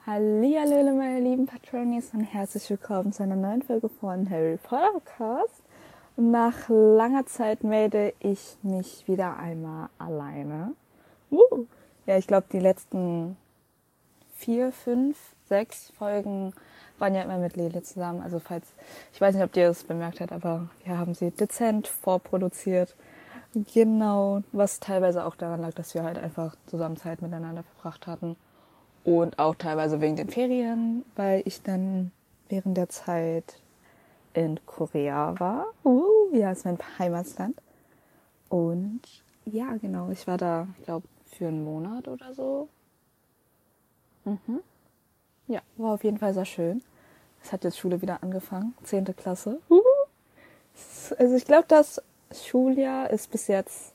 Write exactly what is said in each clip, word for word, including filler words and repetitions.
Hallihallo, meine lieben Patronis und herzlich willkommen zu einer neuen Folge von Harry Potter Cast. Nach langer Zeit melde ich mich wieder einmal alleine. Uh. Ja, ich glaube, die letzten vier, fünf, sechs Folgen waren ja immer mit Lele zusammen. Also falls, ich weiß nicht, ob ihr es bemerkt habt, aber wir haben sie dezent vorproduziert. Genau, was teilweise auch daran lag, dass wir halt einfach zusammen Zeit miteinander verbracht hatten. Und auch teilweise wegen den Ferien, weil ich dann während der Zeit in Korea war. Uh, ja, ist mein Heimatland. Und ja, genau, ich war da, ich glaube, für einen Monat oder so. Mhm. Ja, war auf jeden Fall sehr schön. Es hat jetzt Schule wieder angefangen, zehnte Klasse. Uh. Also ich glaube, das Schuljahr ist bis jetzt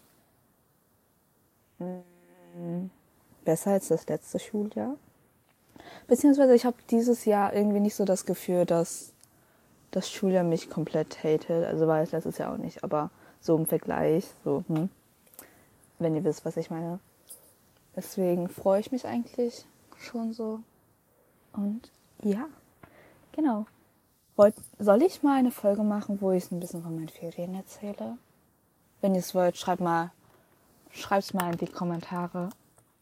mh, besser als das letzte Schuljahr. Beziehungsweise ich habe dieses Jahr irgendwie nicht so das Gefühl, dass das Schuljahr mich komplett hatet. Also war es letztes Jahr auch nicht, aber so im Vergleich, so, hm, wenn ihr wisst, was ich meine. Deswegen freue ich mich eigentlich schon so. Und ja, genau. Wollt, soll ich mal eine Folge machen, wo ich ein bisschen von meinen Ferien erzähle? Wenn ihr es wollt, schreibt mal, schreibt's mal in die Kommentare.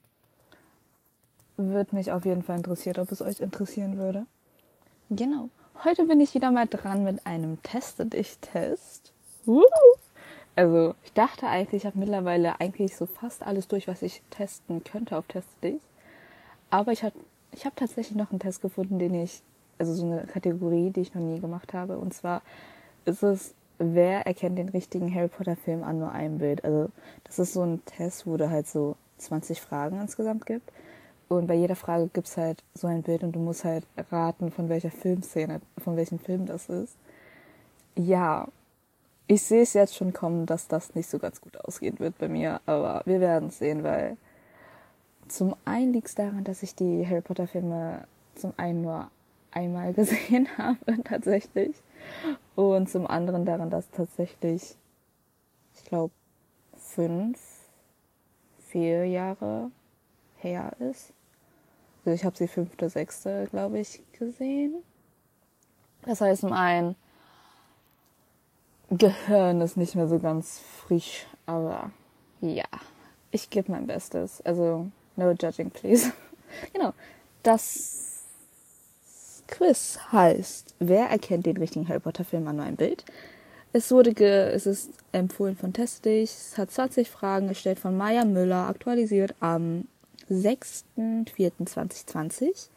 Würde mich auf jeden Fall interessieren, ob es euch interessieren würde. Genau. Heute bin ich wieder mal dran mit einem Teste-Dich-Test. Uh. Also ich dachte eigentlich, ich habe mittlerweile eigentlich so fast alles durch, was ich testen könnte auf Teste-Dich. Aber ich habe ich hab tatsächlich noch einen Test gefunden, den ich, also so eine Kategorie, die ich noch nie gemacht habe. Und zwar ist es, wer erkennt den richtigen Harry Potter Film an nur einem Bild. Also das ist so ein Test, wo du halt so zwanzig Fragen insgesamt gibt. Und bei jeder Frage gibt es halt so ein Bild und du musst halt raten, von welcher Filmszene, von welchem Film das ist. Ja, ich sehe es jetzt schon kommen, dass das nicht so ganz gut ausgehen wird bei mir, aber wir werden es sehen, weil zum einen liegt es daran, dass ich die Harry Potter Filme zum einen nur einmal gesehen habe, tatsächlich. Und zum anderen daran, dass tatsächlich, ich glaube, fünf, vier Jahre her ist. Also ich habe sie fünfte, sechste, glaube ich, gesehen. Das heißt, mein Gehirn ist nicht mehr so ganz frisch, aber ja, ich gebe mein Bestes. Also, no judging, please. Genau, das Quiz heißt, wer erkennt den richtigen Harry Potter Film an nur einem Bild? Es wurde ge, es ist empfohlen von Testdich, es hat zwanzig Fragen gestellt von Maya Müller, aktualisiert am sechster vierter zweitausendzwanzig.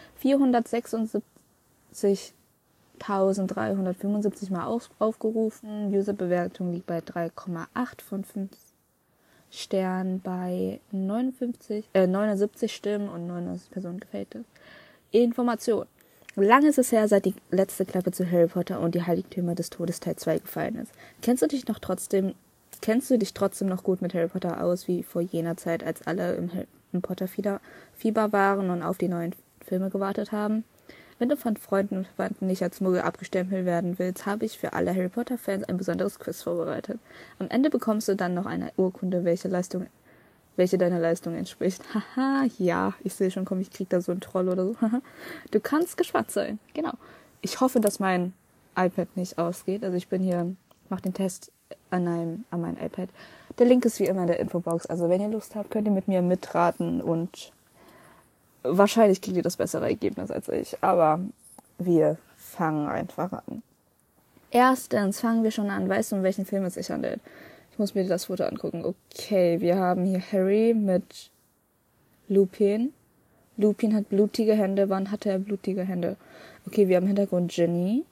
vierhundertsechsundsiebzigtausenddreihundertfünfundsiebzig Mal auf, aufgerufen. Userbewertung liegt bei drei Komma acht von fünf Sternen bei neunundfünfzig, äh, neunundsiebzig Stimmen und neunundneunzig Personen gefällt es. Information. Lange ist es her, seit die letzte Klappe zu Harry Potter und die Heiligtümer des Todes Teil zwei gefallen ist. Kennst du dich noch trotzdem, kennst du dich trotzdem noch gut mit Harry Potter aus, wie vor jener Zeit, als alle im, im Potter-Fieber waren und auf die neuen Filme gewartet haben? Wenn du von Freunden und Verwandten nicht als Muggel abgestempelt werden willst, habe ich für alle Harry Potter-Fans ein besonderes Quiz vorbereitet. Am Ende bekommst du dann noch eine Urkunde, welche Leistung welche deiner Leistung entspricht. Haha, ja, ich sehe schon, komm, ich krieg da so einen Troll oder so. Du kannst gespannt sein. Genau. Ich hoffe, dass mein iPad nicht ausgeht. Also ich bin hier, mache den Test an, einem, an meinem iPad. Der Link ist wie immer in der Infobox. Also wenn ihr Lust habt, könnt ihr mit mir mitraten und wahrscheinlich kriegt ihr das bessere Ergebnis als ich. Aber wir fangen einfach an. Erstens fangen wir schon an. Weißt du, um welchen Film es sich handelt? Ich muss mir das Foto angucken. Okay, wir haben hier Harry mit Lupin. Lupin hat blutige Hände. Wann hatte er blutige Hände? Okay, wir haben im Hintergrund Ginny.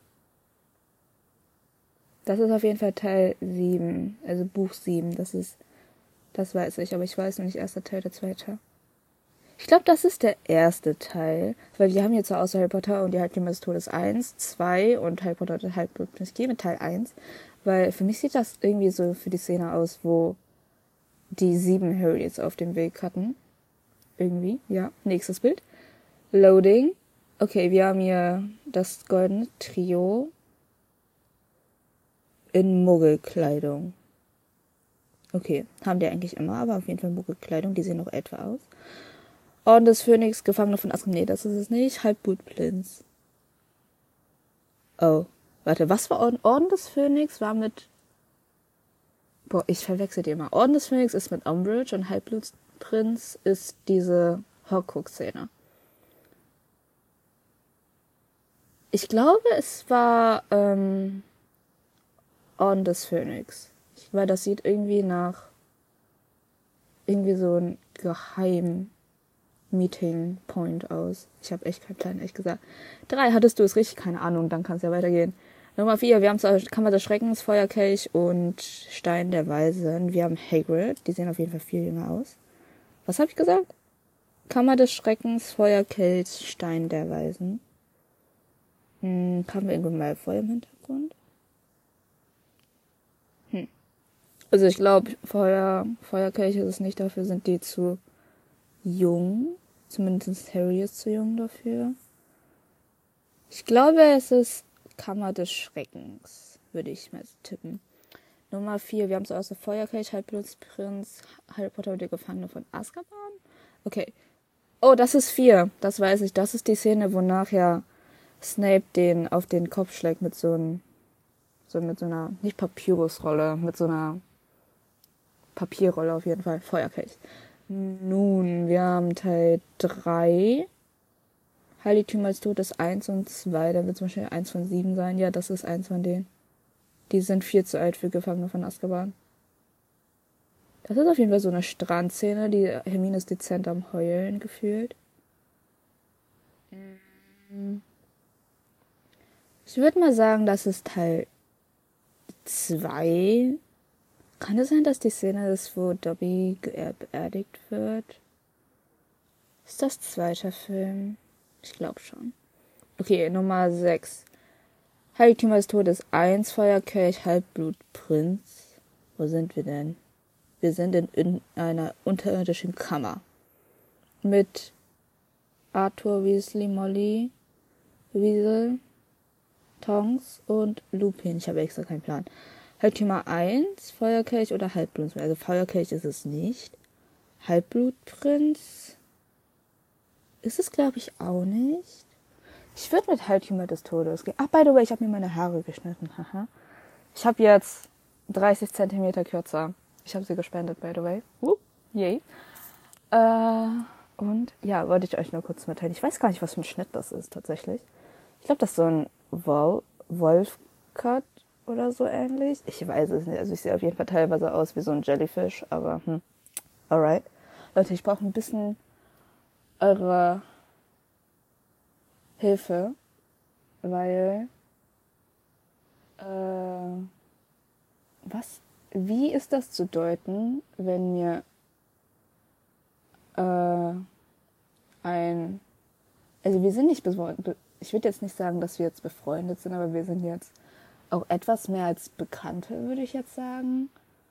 Das ist auf jeden Fall Teil sieben. Also Buch sieben. Das ist, das weiß ich. Aber ich weiß noch nicht, erster Teil oder zweiter. Ich glaube, das ist der erste Teil. Weil wir haben jetzt außer Harry Potter und die Heiligtümer des Todes eins, zwei und Harry Potter und der Halbblut. Ich gehe mit Teil eins. Weil für mich sieht das irgendwie so für die Szene aus, wo die sieben Harrys auf dem Weg hatten. Irgendwie, ja. Nächstes Bild. Loading. Okay, wir haben hier das goldene Trio in Muggelkleidung. Okay, haben die eigentlich immer, aber auf jeden Fall Muggelkleidung. Die sehen noch älter aus. Orden des Phönix, Gefangene von Azkaban. Nee, das ist es nicht. Halbblutprinz. Oh, warte, was war Orden? Orden des Phönix war mit... Boah, ich verwechsel die immer. Orden des Phönix ist mit Umbridge und Halbblutprinz ist diese Horcrux-Szene. Ich glaube, es war ähm, Orden des Phönix. Weil das sieht irgendwie nach irgendwie so ein Geheim-Meeting-Point aus. Ich habe echt keinen Plan, ehrlich gesagt. Drei, hattest du es richtig? Keine Ahnung, dann kann es ja weitergehen. Nummer vier, wir haben zwar Kammer des Schreckens, Feuerkelch und Stein der Weisen. Wir haben Hagrid, die sehen auf jeden Fall viel jünger aus. Was habe ich gesagt? Kammer des Schreckens, Feuerkelch, Stein der Weisen. Hm, haben wir irgendwo Malfoy im Hintergrund? Hm. Also ich glaube, Feuer, Feuerkelch ist es nicht, dafür sind die zu jung. Zumindest Harry ist zu jung dafür. Ich glaube, es ist Kammer des Schreckens, würde ich mal tippen. Nummer vier, wir haben so aus der Feuerkelch, Halbblutprinz, Harry Potter und die Gefangene von Azkaban. Okay. Oh, das ist vier, das weiß ich. Das ist die Szene, wo nachher Snape den auf den Kopf schlägt mit so einem, so mit so einer, nicht Papyrusrolle, mit so einer Papierrolle auf jeden Fall. Feuerkelch. Nun, wir haben Teil drei. Heiligtümer des Todes eins und zwei. Da wird zum Beispiel eins von sieben sein. Ja, das ist eins von denen. Die sind viel zu alt für Gefangene von Azkaban. Das ist auf jeden Fall so eine Strandszene. Die Hermine ist dezent am Heulen gefühlt. Ich würde mal sagen, das ist Teil zwei. Kann es sein, dass die Szene ist, wo Dobby beerdigt wird? Ist das zweiter Film? Ich glaube schon. Okay, Nummer sechs. Heiligtümer des Todes eins, Feuerkelch, Halbblutprinz. Wo sind wir denn? Wir sind in, in einer unterirdischen Kammer. Mit Arthur Weasley, Molly, Weasel, Tonks und Lupin. Ich habe extra keinen Plan. Heiligtümer eins, Feuerkelch oder Halbblutprinz. Also Feuerkelch ist es nicht. Halbblutprinz ist es, glaube ich, auch nicht. Ich würde mit Heiligtümer des Todes gehen. Ach, by the way, ich habe mir meine Haare geschnitten. Haha. Ich habe jetzt dreißig Zentimeter kürzer. Ich habe sie gespendet, by the way. Uh, yay. Äh, und ja, wollte ich euch nur kurz mitteilen. Ich weiß gar nicht, was für ein Schnitt das ist, tatsächlich. Ich glaube, das ist so ein Wol- Wolf-Cut oder so ähnlich. Ich weiß es nicht. Also ich sehe auf jeden Fall teilweise aus wie so ein Jellyfish, aber hm. Alright. Leute, ich brauche ein bisschen eure Hilfe, weil äh, was? Wie ist das zu deuten, wenn mir äh, ein also wir sind nicht befreundet, ich würde jetzt nicht sagen, dass wir jetzt befreundet sind, aber wir sind jetzt auch etwas mehr als Bekannte, würde ich jetzt sagen.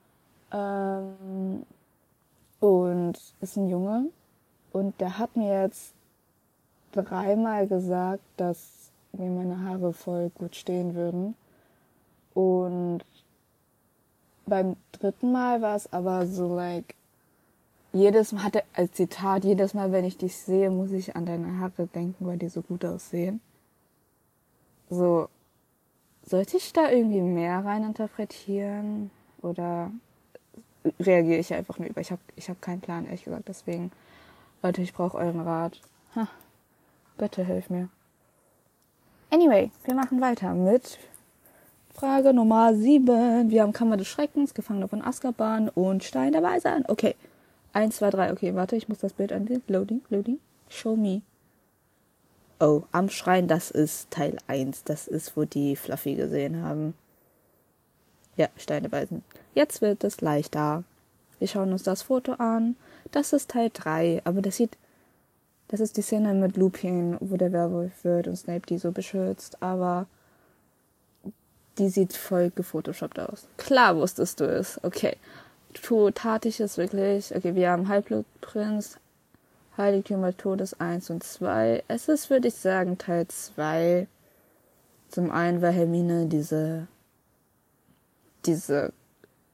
Ähm, und ist ein Junge und der hat mir jetzt dreimal gesagt, dass mir meine Haare voll gut stehen würden. Und beim dritten Mal war es aber so, like, jedes Mal hatte als Zitat, jedes Mal, wenn ich dich sehe, muss ich an deine Haare denken, weil die so gut aussehen. So, sollte ich da irgendwie mehr rein interpretieren? Oder reagiere ich einfach nur über? Ich habe ich hab keinen Plan, ehrlich gesagt. Deswegen, Leute, ich brauche euren Rat. Ha, bitte hilf mir. Anyway, wir machen weiter mit Frage Nummer sieben. Wir haben Kammer des Schreckens, Gefangene von Azkaban und Stein der Weisen. Okay, eins, zwei, drei. Okay, warte, ich muss das Bild ansehen. Loading, loading. Show me. Oh, am Schrein, das ist Teil eins. Das ist, wo die Fluffy gesehen haben. Ja, Stein der Weisen. Jetzt wird es leichter. Wir schauen uns das Foto an. Das ist Teil drei, aber das sieht... Das ist die Szene mit Lupin, wo der Werwolf wird und Snape die so beschützt, aber die sieht voll gefotoshoppt aus. Klar wusstest du es. Okay. Tu, tat ich es wirklich? Okay, wir haben Halbblutprinz, Heiligtümer Todes eins und zwei. Es ist, würde ich sagen, Teil zwei. Zum einen, weil Hermine diese diese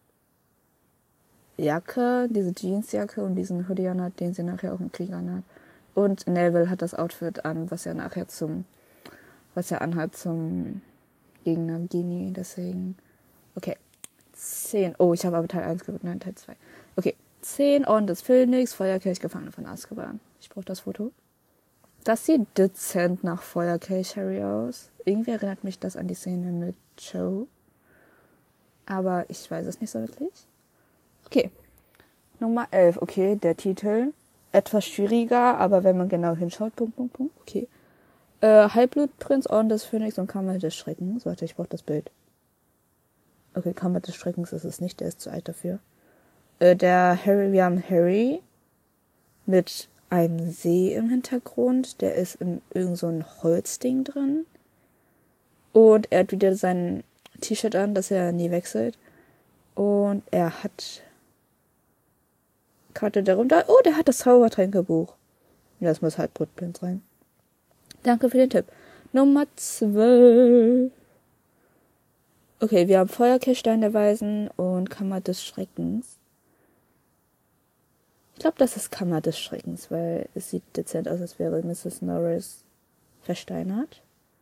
Jacke, diese Jeansjacke und diesen Hoodie anhat, den sie nachher auch im Krieg anhat. Und Neville hat das Outfit an, was er nachher zum, was er anhat zum Gegner Genie, deswegen, okay. zehn, oh, ich habe aber Teil eins gewählt, nein, Teil zwei. Okay, zehn, Orden des Phönix, Feuerkelch, Gefangene von Azkaban. Ich brauche das Foto. Das sieht dezent nach Feuerkelch Harry aus. Irgendwie erinnert mich das an die Szene mit Cho. Aber ich weiß es nicht so wirklich. Okay, Nummer elf, okay, der Titel. Etwas schwieriger, aber wenn man genau hinschaut, Punkt, Punkt, Punkt, okay. Äh, Halbblutprinz, Orden des Phönix und Kammer des Schreckens. Warte, ich brauche das Bild. Okay, Kammer des Schreckens ist es nicht, der ist zu alt dafür. Äh, der Harry, wir haben Harry mit einem See im Hintergrund. Der ist in irgend so ein Holzding drin. Und er hat wieder sein T-Shirt an, das er nie wechselt. Und er hat Karte darunter. Oh, der hat das Zaubertränkebuch. Das muss Halbblutprinz sein. Danke für den Tipp. Nummer zwölf. Okay, wir haben Feuerkelch, Stein der Weisen und Kammer des Schreckens. Ich glaube, das ist Kammer des Schreckens, weil es sieht dezent aus, als wäre Misses Norris versteinert.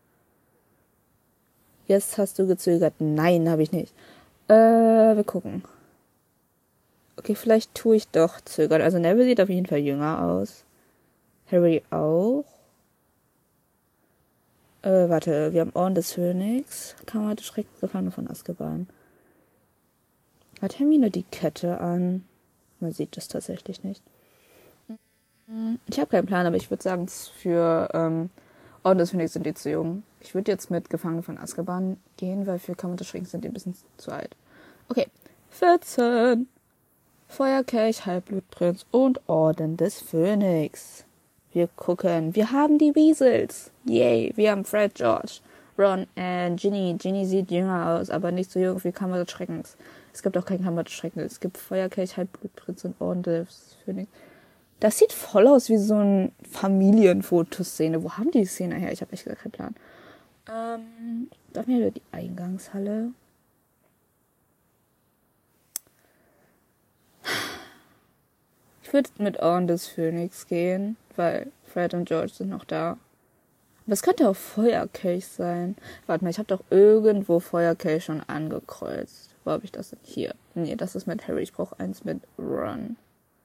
Jetzt hast du gezögert. Nein, habe ich nicht. Äh, wir gucken. Okay, vielleicht tue ich doch zögern. Also Neville sieht auf jeden Fall jünger aus. Harry auch. Äh, warte, wir haben Orden des Phönix. Kammer des Schreckens, Gefangene von Azkaban. Hat Hermine die Kette an? Man sieht das tatsächlich nicht. Ich habe keinen Plan, aber ich würde sagen, für ähm, Orden des Phönix sind die zu jung. Ich würde jetzt mit Gefangene von Azkaban gehen, weil für Kammer des Schreckens sind die ein bisschen zu alt. Okay, vierzehn. Feuerkelch, Halbblutprinz und Orden des Phönix. Wir gucken. Wir haben die Weasels. Yay. Wir haben Fred, George, Ron und Ginny. Ginny sieht jünger aus, aber nicht so jung wie Kammer des Schreckens. Es gibt auch kein Kammer des Schreckens. Es gibt Feuerkelch, Halbblutprinz und Orden des Phönix. Das sieht voll aus wie so eine Familienfotoszene. Wo haben die die Szene her? Ich habe echt gar keinen Plan. Ähm, dann hier die Eingangshalle. Ich würde mit Orden des Phönix gehen, weil Fred und George sind noch da. Aber es könnte auch Feuerkelch sein. Warte mal, ich habe doch irgendwo Feuerkelch schon angekreuzt. Wo habe ich das denn? Hier. Nee, das ist mit Harry. Ich brauche eins mit Ron.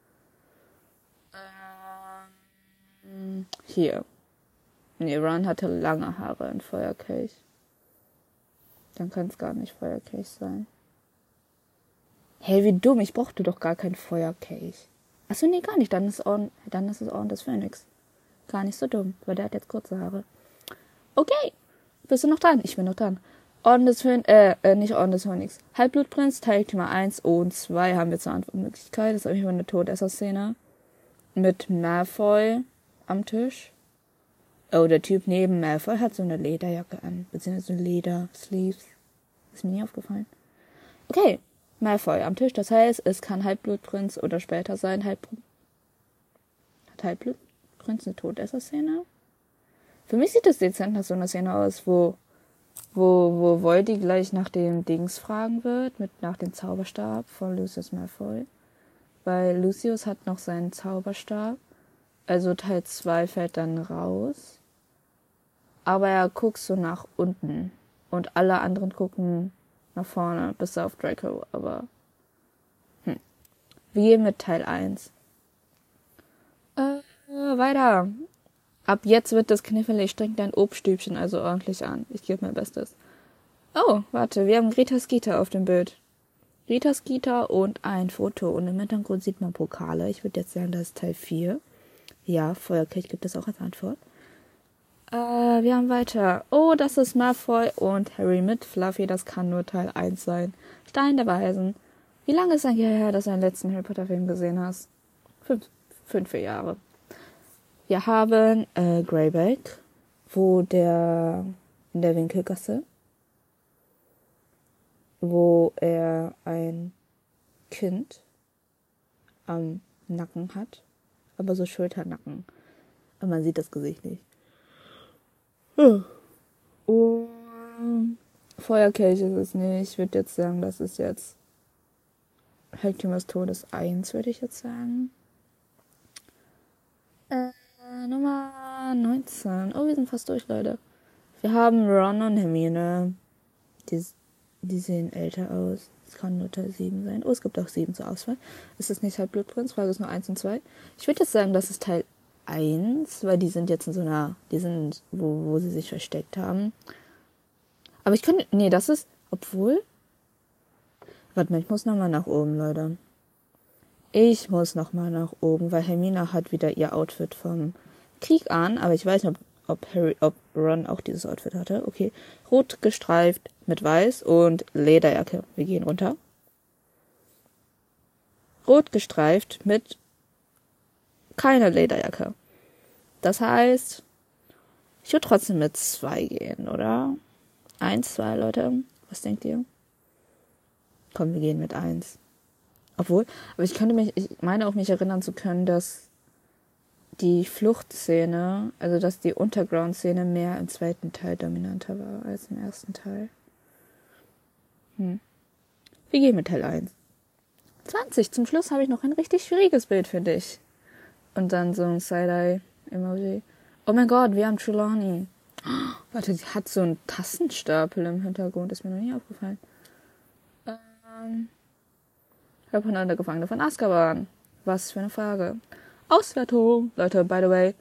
Ähm, hier. Nee, Ron hatte lange Haare in Feuerkelch. Dann kann es gar nicht Feuerkelch sein. Hey, wie dumm. Ich brauchte doch gar kein Feuerkelch. Achso, nee, gar nicht. Dann ist, Orden, dann ist es Orden des Phönix. Gar nicht so dumm, weil der hat jetzt kurze Haare. Okay. Bist du noch dran? Ich bin noch dran. Orden des Phönix, äh, äh, nicht Orden des Phönix. Halbblutprinz, Teilnehmer eins und zwei haben wir zur Antwortmöglichkeit. Das ist auf jeden Fall eine Todesser-Szene. Mit Malfoy am Tisch. Oh, der Typ neben Malfoy hat so eine Lederjacke an. Beziehungsweise so Leder-Sleeves. Ist mir nie aufgefallen. Okay. Malfoy am Tisch. Das heißt, es kann Halbblutprinz oder später sein. Halbblut Hat Halbblutprinz eine Todesser-Szene? Für mich sieht das dezent nach so einer Szene aus, wo wo, wo Voldy gleich nach dem Dings fragen wird, mit nach dem Zauberstab von Lucius Malfoy. Weil Lucius hat noch seinen Zauberstab. Also Teil zwei fällt dann raus. Aber er guckt so nach unten. Und alle anderen gucken nach vorne, bis auf Draco. Aber hm. Wir gehen mit Teil eins. Äh, weiter. Ab jetzt wird das knifflig. Streng dein Obststübchen also ordentlich an. Ich gebe mein Bestes. Oh, warte, wir haben Greta Skeeter auf dem Bild. Greta Skeeter und ein Foto. Und im Hintergrund sieht man Pokale. Ich würde jetzt sagen, das ist Teil vier. Ja, Feuerkelch gibt es auch als Antwort. Äh, wir haben weiter. Oh, das ist Malfoy und Harry mit Fluffy. Das kann nur Teil eins sein. Stein der Weisen. Wie lange ist eigentlich her, dass du den letzten Harry Potter Film gesehen hast? Fünf, fünf vier Jahre. Wir haben äh, Greyback, wo der in der Winkelgasse, wo er ein Kind am Nacken hat, aber so Schulternacken. Aber man sieht das Gesicht nicht. Und Feuerkelch ist es nicht. Ich würde jetzt sagen, das ist jetzt Heiligtümer des Todes eins, würde ich jetzt sagen. Äh, Nummer neunzehn. Oh, wir sind fast durch, Leute. Wir haben Ron und Hermine. Die, die sehen älter aus. Es kann nur Teil sieben sein. Oh, es gibt auch sieben zur Auswahl. Ist das nicht Halbblutprinz? Frage ist nur eins und zwei. Ich würde jetzt sagen, das ist Teil eins, weil die sind jetzt in so einer, die sind, wo, wo sie sich versteckt haben. Aber ich könnte, nee, das ist, obwohl, warte mal, ich muss nochmal nach oben, Leute. Ich muss nochmal nach oben, weil Hermine hat wieder ihr Outfit vom Krieg an, aber ich weiß nicht, ob, ob Harry, ob Ron auch dieses Outfit hatte. Okay, rot gestreift mit weiß und Lederjacke. Wir gehen runter. Rot gestreift mit keine Lederjacke. Das heißt, ich würde trotzdem mit zwei gehen, oder? Eins, zwei, Leute. Was denkt ihr? Komm, wir gehen mit eins. Obwohl, aber ich könnte mich, ich meine auch mich erinnern zu können, dass die Fluchtszene, also dass die Unterground-Szene mehr im zweiten Teil dominanter war als im ersten Teil. Hm. Wir gehen mit Teil eins. zwanzig. Zum Schluss habe ich noch ein richtig schwieriges Bild für dich. Und dann so ein Side-Eye-Emoji. Oh mein Gott, wir haben Trelawney. Oh, warte, die hat so einen Tassenstapel im Hintergrund. Ist mir noch nie aufgefallen. Ähm... Halbhunderte Gefangene von Azkaban. Was für eine Frage. Auswertung. Leute, by the way.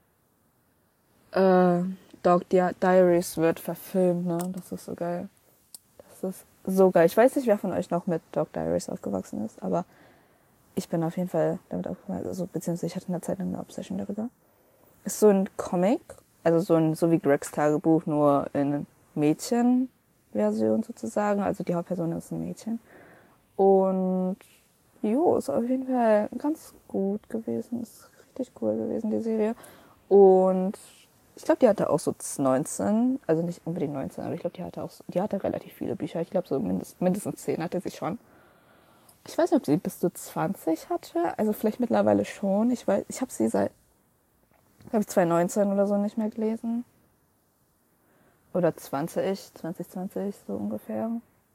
Äh, Dog Di- Diaries wird verfilmt, ne? Das ist so geil. Das ist so geil. Ich weiß nicht, wer von euch noch mit Dog Diaries aufgewachsen ist, aber ich bin auf jeden Fall damit aufgewachsen. Also, beziehungsweise ich hatte in der Zeit eine Obsession darüber. Ist so ein Comic, also so ein, so wie Gregs Tagebuch, nur in Mädchenversion sozusagen. Also die Hauptperson ist ein Mädchen. Und jo, ist auf jeden Fall ganz gut gewesen. Ist richtig cool gewesen, die Serie. Und ich glaube, die hatte auch so neunzehn, also nicht unbedingt neunzehn, aber ich glaube, die hatte auch, die hatte relativ viele Bücher. Ich glaube, so mindest, mindestens zehn hatte sie schon. Ich weiß nicht, ob sie bis zu zwanzig hatte. Also vielleicht mittlerweile schon. Ich weiß, ich habe sie seit, glaube ich, zwanzig neunzehn oder so nicht mehr gelesen. Oder zwanzig, zwanzig zwanzig, so ungefähr.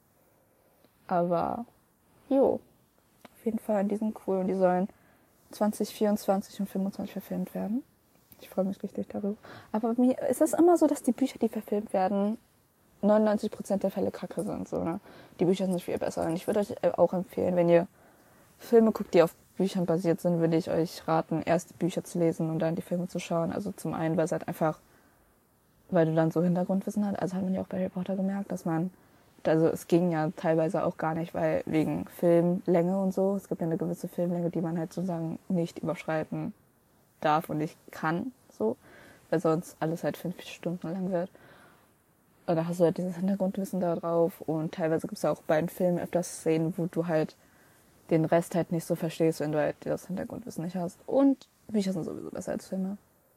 Aber jo, auf jeden Fall, die sind cool und die sollen zwanzig vierundzwanzig und fünfundzwanzig verfilmt werden. Ich freue mich richtig darüber. Aber bei mir ist es immer so, dass die Bücher, die verfilmt werden, neunundneunzig Prozent der Fälle kacke sind. So, ne? Die Bücher sind viel besser. Und ich würde euch auch empfehlen, wenn ihr Filme guckt, die auf Büchern basiert sind, würde ich euch raten, erst die Bücher zu lesen und dann die Filme zu schauen. Also zum einen, weil es halt einfach, weil du dann so Hintergrundwissen hast. Also hat man ja auch bei Harry Potter gemerkt, dass man also es ging ja teilweise auch gar nicht, weil wegen Filmlänge und so, es gibt ja eine gewisse Filmlänge, die man halt sozusagen nicht überschreiten darf und nicht kann, so, weil sonst alles halt fünf Stunden lang wird. Und da hast du halt dieses Hintergrundwissen da drauf und teilweise gibt es ja auch bei den Filmen öfters Szenen, wo du halt den Rest halt nicht so verstehst, wenn du halt das Hintergrundwissen nicht hast. Und Bücher sind sowieso besser als Filme.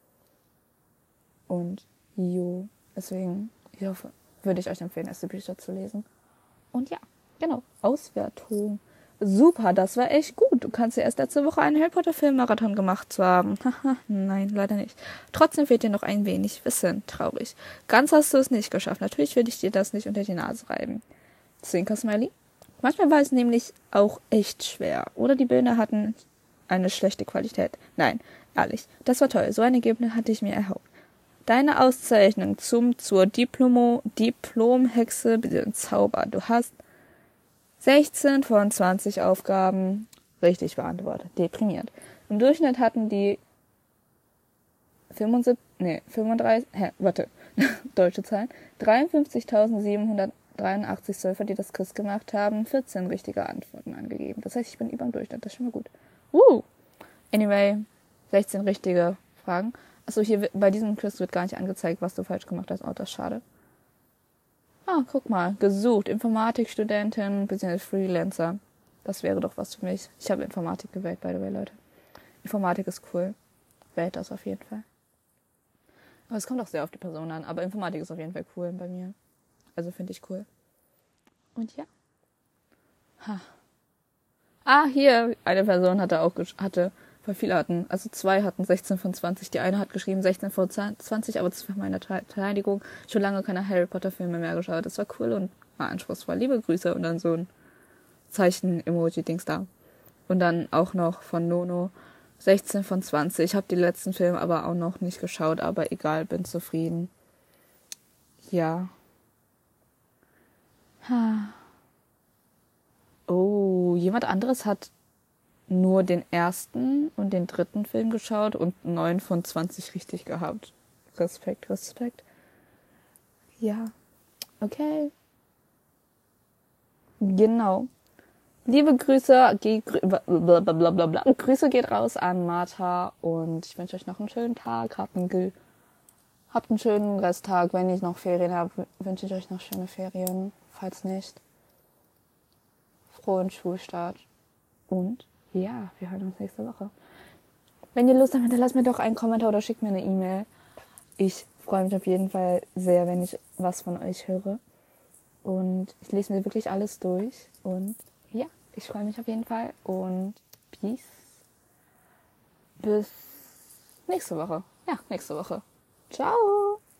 Und jo, deswegen, ich hoffe, würde ich euch empfehlen, erst die Bücher zu lesen. Und ja, genau, Auswertung. Super, das war echt gut. Du kannst ja erst letzte Woche einen Harry Potter Filmmarathon gemacht zu haben. Haha, nein, leider nicht. Trotzdem fehlt dir noch ein wenig Wissen. Traurig. Ganz hast du es nicht geschafft. Natürlich würde ich dir das nicht unter die Nase reiben. Zwinker-Smiley. Manchmal war es nämlich auch echt schwer. Oder die Bilder hatten eine schlechte Qualität. Nein, ehrlich, das war toll. So eine Ergebnis hatte ich mir erhofft. Deine Auszeichnung zum zur Diplomo, Diplomhexe bzw. Zauber. Du hast sechzehn von zwanzig Aufgaben richtig beantwortet. Deprimiert. Im Durchschnitt hatten die fünfundsiebzig, nee, fünfunddreißig, hä, warte, deutsche Zahlen, dreiundfünfzigtausendsiebenhundertdreiundachtzig Surfer, die das Quiz gemacht haben, vierzehn richtige Antworten angegeben. Das heißt, ich bin über dem Durchschnitt, das ist schon mal gut. Uh! Anyway, sechzehn richtige Fragen. Achso, hier bei diesem Quiz wird gar nicht angezeigt, was du falsch gemacht hast. Oh, das ist schade. Ah, guck mal. Gesucht. Informatikstudentin bzw. Freelancer. Das wäre doch was für mich. Ich habe Informatik gewählt, by the way, Leute. Informatik ist cool. Wählt das auf jeden Fall. Aber es kommt auch sehr auf die Person an. Aber Informatik ist auf jeden Fall cool bei mir. Also finde ich cool. Und ja. Ha. Ah, hier. Eine Person hatte auch, hatte Weil viele hatten, also zwei hatten sechzehn von zwanzig. Die eine hat geschrieben sechzehn von zwanzig, aber das war meine Verteidigung. Schon lange keine Harry Potter Filme mehr geschaut. Das war cool und war anspruchsvoll. Liebe Grüße und dann so ein Zeichen-Emoji-Dings da. Und dann auch noch von Nono. sechzehn von zwanzig. Ich habe die letzten Filme aber auch noch nicht geschaut, aber egal, bin zufrieden. Ja. Oh, jemand anderes hat nur den ersten und den dritten Film geschaut und neun von zwanzig richtig gehabt. Respekt, Respekt. Ja, okay. Genau. Liebe Grüße, ge blablabla. Grüße geht raus an Martha und ich wünsche euch noch einen schönen Tag. Habt einen, Ge habt einen schönen Resttag. Wenn ich noch Ferien habe, wünsche ich euch noch schöne Ferien. Falls nicht, frohen Schulstart. Und ja, wir hören uns nächste Woche. Wenn ihr Lust habt, hinterlasst mir doch einen Kommentar oder schickt mir eine E-Mail. Ich freue mich auf jeden Fall sehr, wenn ich was von euch höre. Und ich lese mir wirklich alles durch. Und ja, ich freue mich auf jeden Fall. Und Peace. Bis nächste Woche. Ja, nächste Woche. Ciao.